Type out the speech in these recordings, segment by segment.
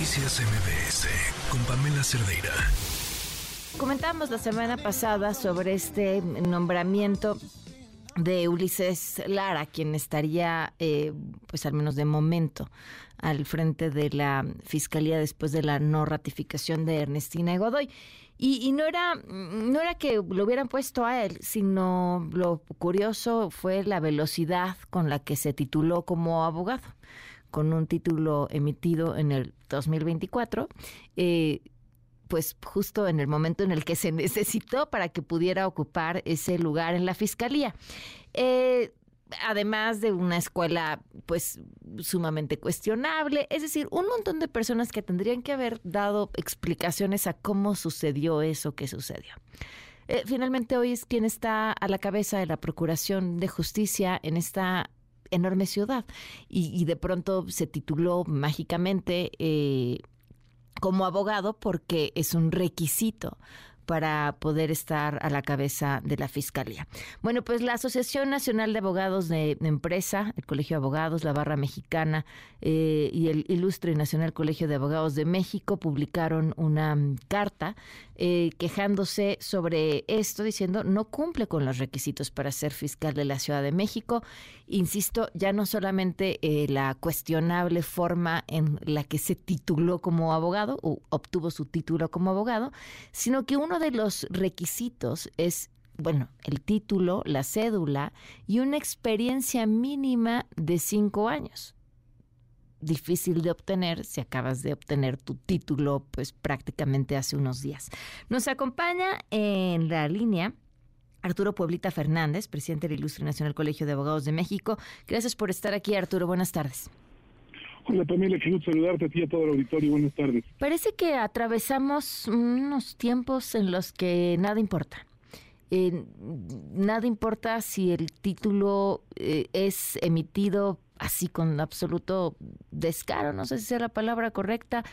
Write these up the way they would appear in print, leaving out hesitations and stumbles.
Noticias MBS con Pamela Cerdeira. Comentamos la semana pasada sobre este nombramiento de Ulises Lara, quien estaría, pues al menos de momento, al frente de la Fiscalía después de la no ratificación de Ernestina Godoy. Y no era que lo hubieran puesto a él, sino lo curioso fue la velocidad con la que se tituló como abogado, con un título emitido en el 2024, pues justo en el momento en el que se necesitó para que pudiera ocupar ese lugar en la Fiscalía. Además de una escuela pues sumamente cuestionable, es decir, un montón de personas que tendrían que haber dado explicaciones a cómo sucedió eso que sucedió. Finalmente hoy es quien está a la cabeza de la Procuración de Justicia en esta enorme ciudad y de pronto se tituló mágicamente como abogado porque es un requisito para poder estar a la cabeza de la Fiscalía. Bueno, pues la Asociación Nacional de Abogados de Empresa, el Colegio de Abogados, la Barra Mexicana y el Ilustre y Nacional Colegio de Abogados de México publicaron una carta quejándose sobre esto, diciendo no cumple con los requisitos para ser fiscal de la Ciudad de México. Insisto, ya no solamente la cuestionable forma en la que se tituló como abogado o obtuvo su título como abogado, sino que uno de los requisitos es, bueno, el título, la cédula y una experiencia mínima de 5 años. Difícil de obtener si acabas de obtener tu título pues prácticamente hace unos días. Nos acompaña en la línea Arturo Pueblita Fernández, presidente del Ilustre Nacional Colegio de Abogados de México. Gracias por estar aquí, Arturo. Buenas tardes. Hola, Pamela, qué gusto saludarte a ti y a todo el auditorio. Buenas tardes. Parece que atravesamos unos tiempos en los que nada importa. Nada importa si el título es emitido así con absoluto descaro, no sé si sea la palabra correcta,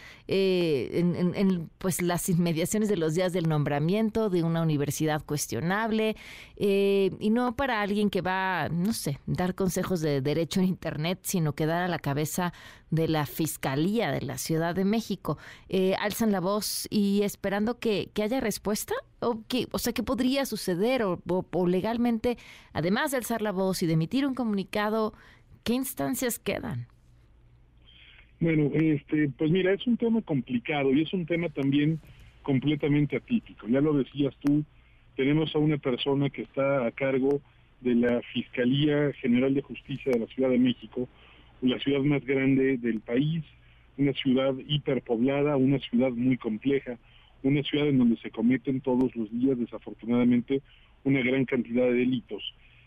en pues las inmediaciones de los días del nombramiento de una universidad cuestionable, y no para alguien que va, no sé, dar consejos de derecho en internet, sino quedar a la cabeza de la Fiscalía de la Ciudad de México. Alzan la voz y esperando que haya respuesta, o sea, ¿qué podría suceder? O legalmente, además de alzar la voz y de emitir un comunicado, ¿qué instancias quedan? Bueno, pues mira, es un tema complicado y es un tema también completamente atípico. Ya lo decías tú, tenemos a una persona que está a cargo de la Fiscalía General de Justicia de la Ciudad de México, la ciudad más grande del país, una ciudad hiperpoblada, una ciudad muy compleja, una ciudad en donde se cometen todos los días, desafortunadamente, una gran cantidad de delitos.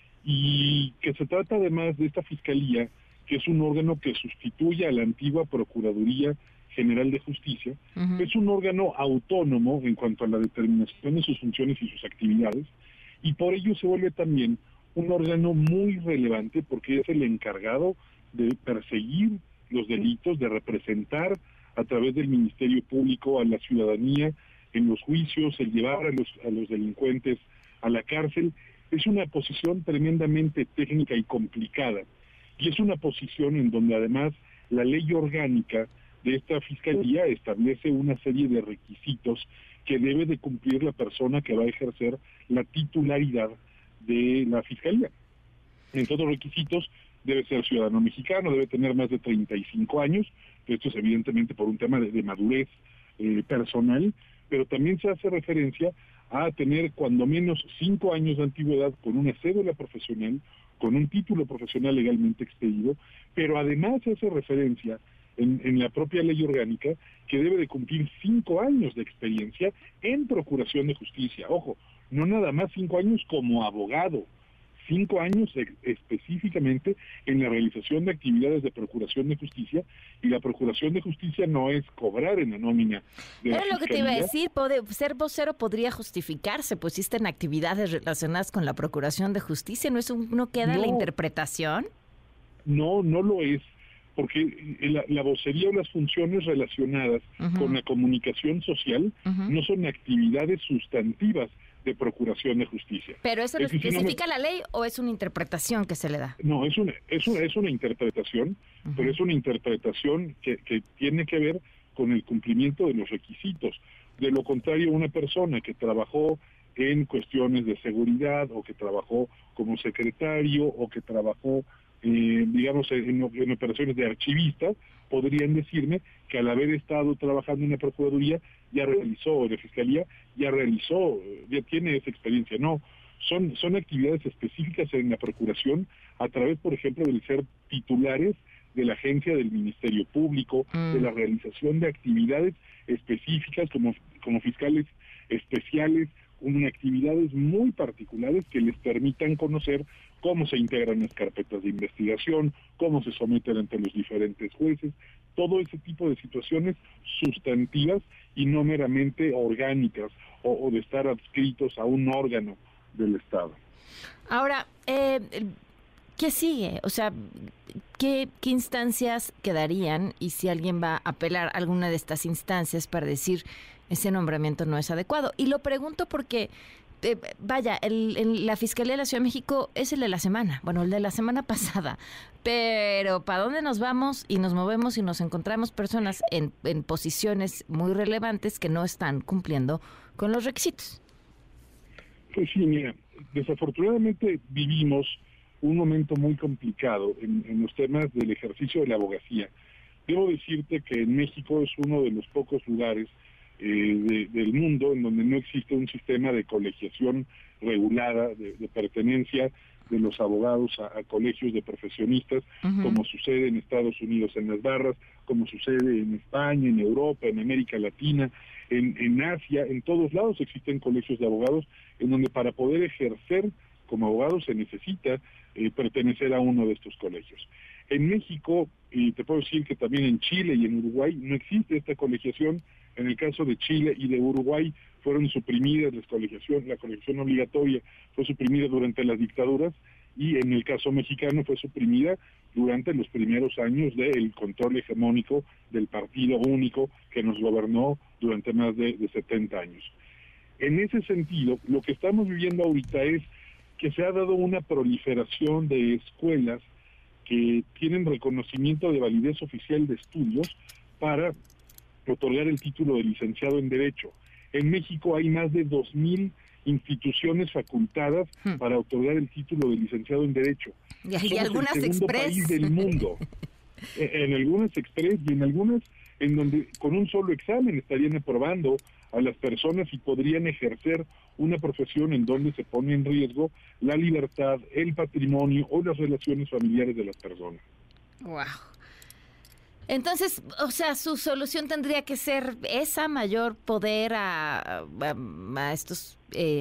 Y que se trata además de esta Fiscalía, que es un órgano que sustituye a la antigua Procuraduría General de Justicia. Uh-huh. Es un órgano autónomo en cuanto a la determinación de sus funciones y sus actividades, y por ello se vuelve también un órgano muy relevante porque es el encargado de perseguir los delitos, de representar a través del Ministerio Público a la ciudadanía en los juicios, el llevar a los delincuentes a la cárcel. Es una posición tremendamente técnica y complicada, y es una posición en donde además la ley orgánica de esta Fiscalía establece una serie de requisitos que debe de cumplir la persona que va a ejercer la titularidad de la Fiscalía. Entre otros requisitos, debe ser ciudadano mexicano, debe tener más de 35 años, esto es evidentemente por un tema de madurez personal, pero también se hace referencia a tener cuando menos 5 años de antigüedad con una cédula profesional, con un título profesional legalmente expedido, pero además se hace referencia en la propia ley orgánica que debe de cumplir 5 años de experiencia en Procuración de Justicia. Ojo, no nada más 5 años como abogado, 5 años específicamente en la realización de actividades de Procuración de Justicia, y la Procuración de Justicia no es cobrar en la nómina de la Fiscalía. Era lo que te iba a decir, ser vocero podría justificarse, pues si está en actividades relacionadas con la Procuración de Justicia, ¿no queda la interpretación? No lo es, porque la vocería o las funciones relacionadas uh-huh. con la comunicación social uh-huh. no son actividades sustantivas de Procuración de Justicia. ¿Pero eso lo especifica la ley o es una interpretación que se le da? No, es una interpretación, uh-huh. pero es una interpretación que tiene que ver con el cumplimiento de los requisitos. De lo contrario, una persona que trabajó en cuestiones de seguridad o que trabajó como secretario o que trabajó, digamos, en operaciones de archivista, podrían decirme que al haber estado trabajando en la Procuraduría ya realizó, de Fiscalía, ya realizó, ya tiene esa experiencia. No, son actividades específicas en la Procuración a través, por ejemplo, del ser titulares de la agencia del Ministerio Público, de la realización de actividades específicas como fiscales especiales, con actividades muy particulares que les permitan conocer cómo se integran las carpetas de investigación, cómo se someten ante los diferentes jueces, todo ese tipo de situaciones sustantivas y no meramente orgánicas o de estar adscritos a un órgano del Estado. Ahora, ¿qué sigue? O sea, ¿qué instancias quedarían? Y si alguien va a apelar a alguna de estas instancias para decir ese nombramiento no es adecuado. Y lo pregunto porque, la Fiscalía de la Ciudad de México es el de la semana, bueno, el de la semana pasada. Pero ¿para dónde nos vamos y nos movemos y nos encontramos personas en posiciones muy relevantes que no están cumpliendo con los requisitos? Pues sí, mira, desafortunadamente vivimos un momento muy complicado en los temas del ejercicio de la abogacía. Debo decirte que en México es uno de los pocos lugares del mundo en donde no existe un sistema de colegiación regulada, de pertenencia de los abogados a colegios de profesionistas, como sucede en Estados Unidos en las barras, como sucede en España, en Europa, en América Latina, en Asia, en todos lados existen colegios de abogados en donde para poder ejercer como abogado se necesita pertenecer a uno de estos colegios. En México, y te puedo decir que también en Chile y en Uruguay, no existe esta colegiación. En el caso de Chile y de Uruguay fueron suprimidas la colegiación obligatoria fue suprimida durante las dictaduras, y en el caso mexicano fue suprimida durante los primeros años del control hegemónico del partido único que nos gobernó durante más de 70 años. En ese sentido, lo que estamos viviendo ahorita es que se ha dado una proliferación de escuelas que tienen reconocimiento de validez oficial de estudios para otorgar el título de licenciado en Derecho. En México hay más de 2,000 instituciones facultadas para otorgar el título de licenciado en Derecho. Y algunas el segundo país del mundo. En algunas express y en algunas en donde con un solo examen estarían aprobando a las personas y podrían ejercer una profesión en donde se pone en riesgo la libertad, el patrimonio o las relaciones familiares de las personas. Wow. Entonces, o sea, su solución tendría que ser esa, mayor poder a estos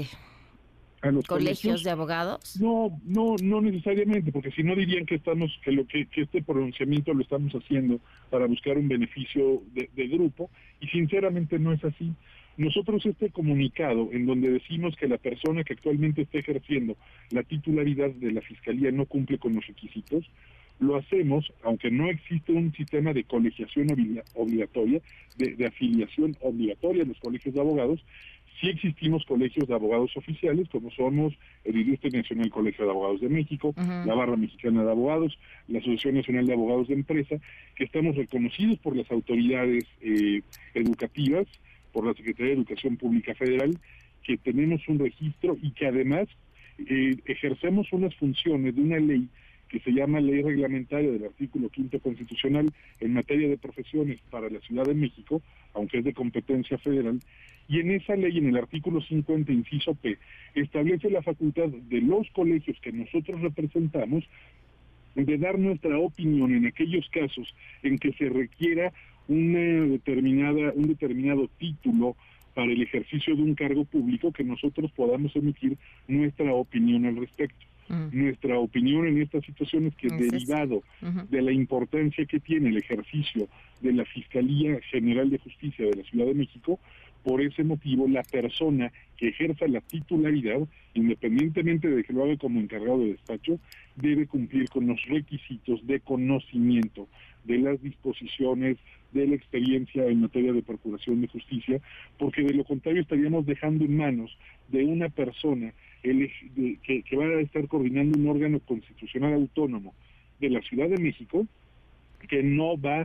¿A los colegios de abogados? No necesariamente, porque si no dirían que este pronunciamiento lo estamos haciendo para buscar un beneficio de grupo, y sinceramente no es así. Nosotros este comunicado en donde decimos que la persona que actualmente está ejerciendo la titularidad de la Fiscalía no cumple con los requisitos, lo hacemos, aunque no existe un sistema de colegiación obligatoria, de afiliación obligatoria en los colegios de abogados. Sí existimos colegios de abogados oficiales, como somos el Ilustre Nacional Colegio de Abogados de México, la Barra Mexicana de Abogados, la Asociación Nacional de Abogados de Empresa, que estamos reconocidos por las autoridades educativas, por la Secretaría de Educación Pública Federal, que tenemos un registro y que además ejercemos unas funciones de una ley que se llama Ley Reglamentaria del artículo 5º Constitucional en materia de profesiones para la Ciudad de México, aunque es de competencia federal, y en esa ley, en el artículo 50, inciso P, establece la facultad de los colegios que nosotros representamos de dar nuestra opinión en aquellos casos en que se requiera un determinado título para el ejercicio de un cargo público, que nosotros podamos emitir nuestra opinión al respecto. Nuestra opinión en esta situación es que derivado de la importancia que tiene el ejercicio de la Fiscalía General de Justicia de la Ciudad de México, por ese motivo la persona que ejerza la titularidad, independientemente de que lo haga como encargado de despacho, debe cumplir con los requisitos de conocimiento de las disposiciones, de la experiencia en materia de procuración de justicia, porque de lo contrario estaríamos dejando en manos de una persona que va a estar coordinando un órgano constitucional autónomo de la Ciudad de México, que no va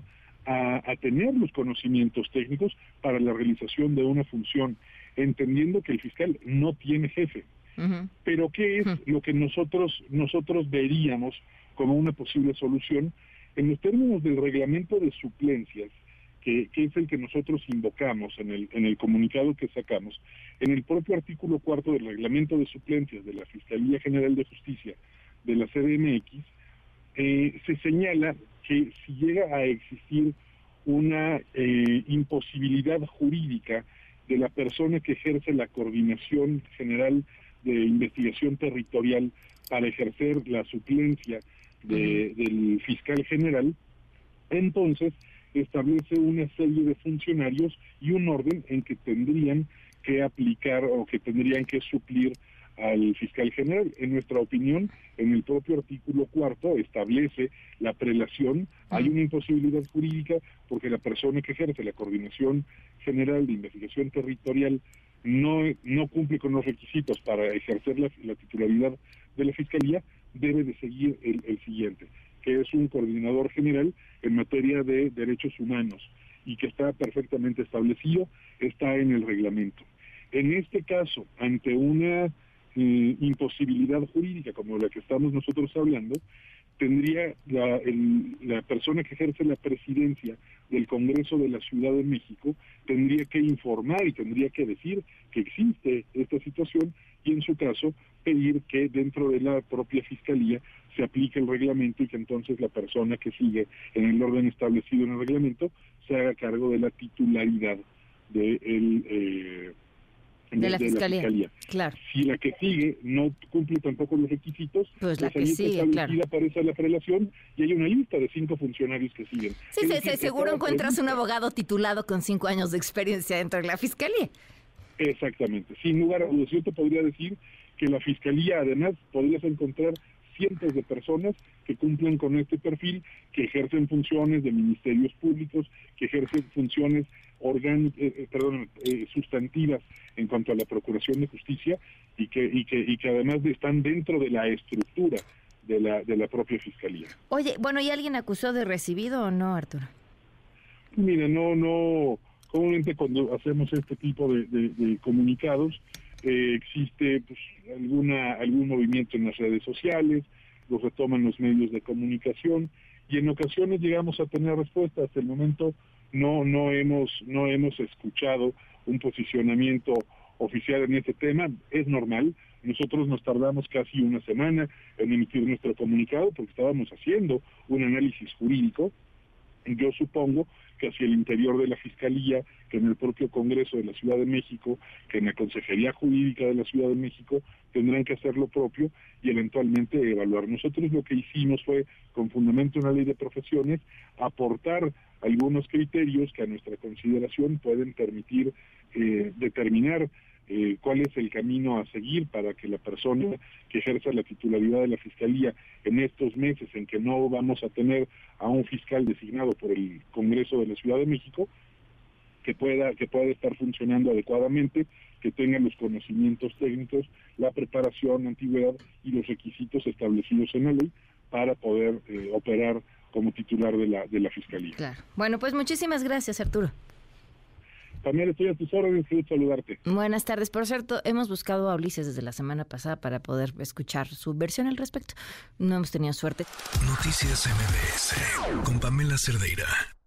a tener los conocimientos técnicos para la realización de una función, entendiendo que el fiscal no tiene jefe. Uh-huh. Pero ¿qué es lo que nosotros veríamos como una posible solución? En los términos del reglamento de suplencias, que es el que nosotros invocamos en el comunicado que sacamos, en el propio artículo 4 del reglamento de suplencias de la Fiscalía General de Justicia de la CDMX, se señala que si llega a existir una imposibilidad jurídica de la persona que ejerce la coordinación general de investigación territorial para ejercer la suplencia del fiscal general, entonces establece una serie de funcionarios y un orden en que tendrían que aplicar o que tendrían que suplir al fiscal general. En nuestra opinión, en el propio artículo 4 establece la prelación. Hay una imposibilidad jurídica porque la persona que ejerce la coordinación general de investigación territorial no cumple con los requisitos para ejercer la titularidad de la fiscalía. Debe de seguir el siguiente, que es un coordinador general en materia de derechos humanos y que está perfectamente establecido, está en el reglamento. En este caso, ante una imposibilidad jurídica como la que estamos nosotros hablando, tendría la persona que ejerce la presidencia del Congreso de la Ciudad de México, tendría que informar y tendría que decir que existe esta situación y en su caso pedir que dentro de la propia Fiscalía se aplique el reglamento y que entonces la persona que sigue en el orden establecido en el reglamento se haga cargo de la titularidad de la fiscalía. Claro. Si la que sigue no cumple tampoco los requisitos, pues la que sigue, claro, aparece la prelación y hay una lista de 5 funcionarios que siguen. Sí, seguro encuentras un abogado titulado con 5 años de experiencia dentro de la fiscalía. Exactamente. Sin lugar a dudas, yo te podría decir que la fiscalía, además, podrías encontrar cientos de personas que cumplen con este perfil, que ejercen funciones de ministerios públicos, que ejercen funciones sustantivas en cuanto a la procuración de justicia y que además están dentro de la estructura de la propia fiscalía. Oye, bueno, ¿y alguien acusó de recibido o no, Arturo? Mira, no, comúnmente cuando hacemos este tipo de comunicados, existe pues algún movimiento en las redes sociales, los retoman los medios de comunicación y en ocasiones llegamos a tener respuesta. Hasta el momento no hemos escuchado un posicionamiento oficial en este tema. Es normal, nosotros nos tardamos casi una semana en emitir nuestro comunicado porque estábamos haciendo un análisis jurídico. Yo supongo que hacia el interior de la Fiscalía, que en el propio Congreso de la Ciudad de México, que en la Consejería Jurídica de la Ciudad de México, tendrán que hacer lo propio y eventualmente evaluar. Nosotros lo que hicimos fue, con fundamento en la Ley de Profesiones, aportar algunos criterios que a nuestra consideración pueden permitir determinar cuál es el camino a seguir para que la persona que ejerza la titularidad de la Fiscalía en estos meses en que no vamos a tener a un fiscal designado por el Congreso de la Ciudad de México, que pueda estar funcionando adecuadamente, que tenga los conocimientos técnicos, la preparación, antigüedad y los requisitos establecidos en la ley para poder operar como titular de la Fiscalía. Claro. Bueno, pues muchísimas gracias, Arturo. También estoy a tus órdenes, quiero saludarte. Buenas tardes. Por cierto, hemos buscado a Ulises desde la semana pasada para poder escuchar su versión al respecto. No hemos tenido suerte. Noticias MBS con Pamela Cerdeira.